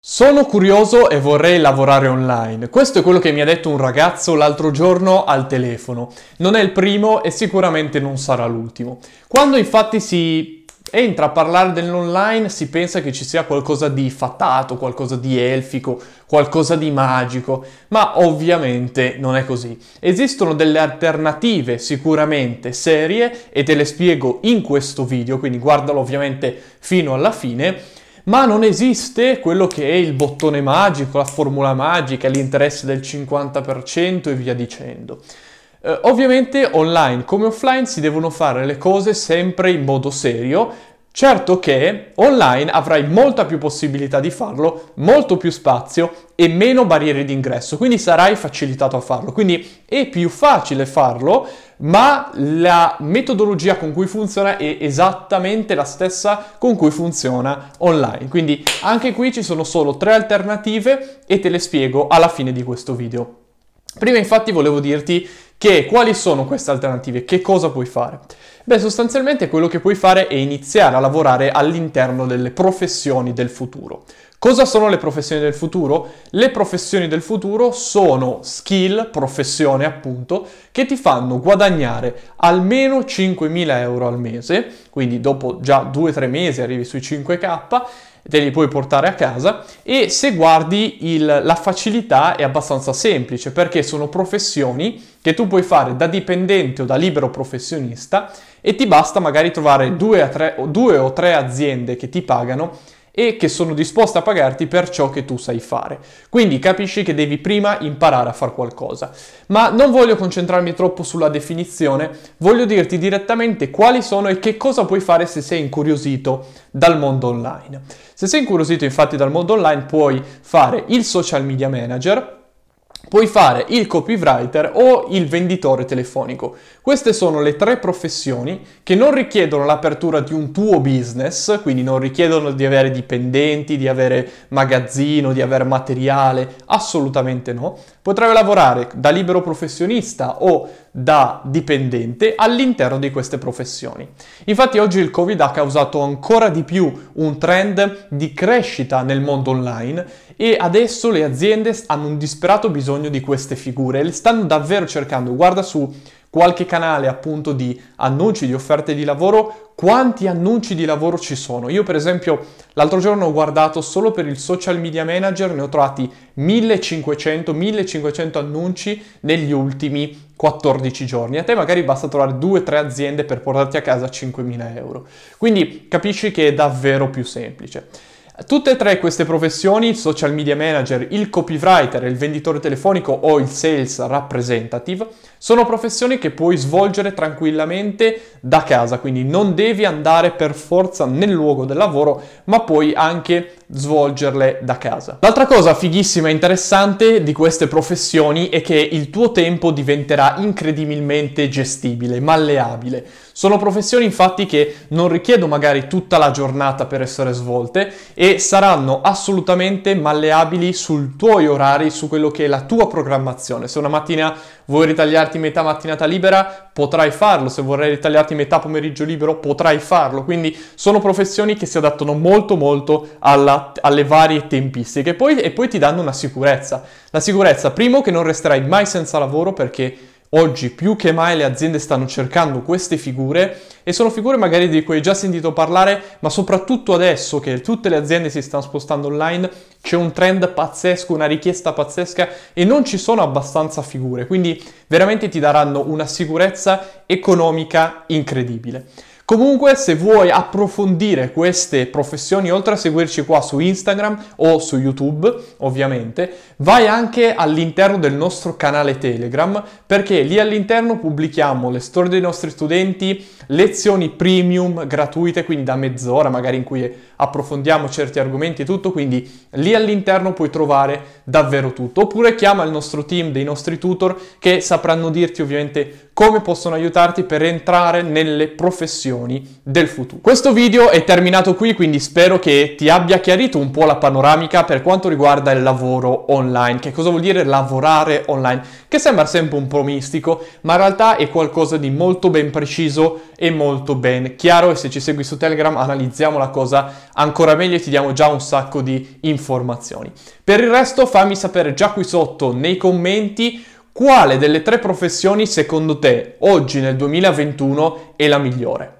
Sono curioso e vorrei lavorare online. Questo è quello che mi ha detto un ragazzo l'altro giorno al telefono. Non è il primo e sicuramente non sarà l'ultimo. Quando infatti si entra a parlare dell'online si pensa che ci sia qualcosa di fatato, qualcosa di elfico, qualcosa di magico, ma ovviamente non è così. Esistono delle alternative sicuramente serie e te le spiego in questo video, quindi guardalo ovviamente fino alla fine. Ma non esiste quello che è il bottone magico, la formula magica, l'interesse del 50% e via dicendo. Ovviamente online come offline si devono fare le cose sempre in modo serio. Certo che online avrai molta più possibilità di farlo, molto più spazio e meno barriere d'ingresso, quindi sarai facilitato a farlo. Quindi è più facile farlo, ma la metodologia con cui funziona è esattamente la stessa con cui funziona online. Quindi anche qui ci sono solo 3 alternative e te le spiego alla fine di questo video. Prima infatti volevo dirti quali sono queste alternative, che cosa puoi fare? Beh, sostanzialmente quello che puoi fare è iniziare a lavorare all'interno delle professioni del futuro. Cosa sono le professioni del futuro? Le professioni del futuro sono skill, professione appunto, che ti fanno guadagnare almeno 5.000 euro al mese, quindi dopo già 2-3 mesi arrivi sui 5k, te li puoi portare a casa e se guardi la facilità è abbastanza semplice perché sono professioni che tu puoi fare da dipendente o da libero professionista e ti basta magari trovare 2 o 3 aziende che ti pagano e che sono disposte a pagarti per ciò che tu sai fare. Quindi capisci che devi prima imparare a fare qualcosa. Ma non voglio concentrarmi troppo sulla definizione, voglio dirti direttamente quali sono e che cosa puoi fare se sei incuriosito dal mondo online. Se sei incuriosito infatti dal mondo online puoi fare il social media manager, puoi fare il copywriter o il venditore telefonico. Queste sono le 3 professioni che non richiedono l'apertura di un tuo business, quindi non richiedono di avere dipendenti, di avere magazzino, di avere materiale, assolutamente no. Potrai lavorare da libero professionista o da dipendente all'interno di queste professioni. Infatti oggi il Covid ha causato ancora di più un trend di crescita nel mondo online e adesso le aziende hanno un disperato bisogno di queste figure, le stanno davvero cercando. Guarda su qualche canale appunto di annunci, di offerte di lavoro, quanti annunci di lavoro ci sono. Io per esempio l'altro giorno ho guardato solo per il social media manager, ne ho trovati 1500 annunci negli ultimi 14 giorni. A te magari basta trovare 2-3 aziende per portarti a casa 5.000 euro. Quindi capisci che è davvero più semplice. Tutte e 3 queste professioni, il social media manager, il copywriter, il venditore telefonico o il sales representative, sono professioni che puoi svolgere tranquillamente da casa, quindi non devi andare per forza nel luogo del lavoro, ma puoi anche svolgerle da casa. L'altra cosa fighissima e interessante di queste professioni è che il tuo tempo diventerà incredibilmente gestibile, malleabile. Sono professioni infatti che non richiedono magari tutta la giornata per essere svolte e saranno assolutamente malleabili sui tuoi orari, su quello che è la tua programmazione. Se una mattina vuoi ritagliarti metà mattinata libera, potrai farlo. Se vorrai ritagliarti metà pomeriggio libero, potrai farlo. Quindi sono professioni che si adattano molto alle varie tempistiche e poi ti danno una sicurezza. La sicurezza, primo, che non resterai mai senza lavoro perché oggi più che mai le aziende stanno cercando queste figure e sono figure magari di cui hai già sentito parlare, ma soprattutto adesso che tutte le aziende si stanno spostando online c'è un trend pazzesco, una richiesta pazzesca e non ci sono abbastanza figure, quindi veramente ti daranno una sicurezza economica incredibile. Comunque, se vuoi approfondire queste professioni, oltre a seguirci qua su Instagram o su YouTube, ovviamente, vai anche all'interno del nostro canale Telegram, perché lì all'interno pubblichiamo le storie dei nostri studenti, lezioni premium gratuite, quindi da mezz'ora magari in cui approfondiamo certi argomenti e tutto, quindi lì all'interno puoi trovare davvero tutto. Oppure chiama il nostro team dei nostri tutor che sapranno dirti ovviamente come possono aiutarti per entrare nelle professioni professioni del futuro. Questo video è terminato qui, quindi spero che ti abbia chiarito un po' la panoramica per quanto riguarda il lavoro online. Che cosa vuol dire lavorare online? Che sembra sempre un po' mistico, ma in realtà è qualcosa di molto ben preciso e molto ben chiaro, e se ci segui su Telegram analizziamo la cosa ancora meglio e ti diamo già un sacco di informazioni. Per il resto fammi sapere già qui sotto nei commenti quale delle 3 professioni secondo te oggi nel 2021 è la migliore.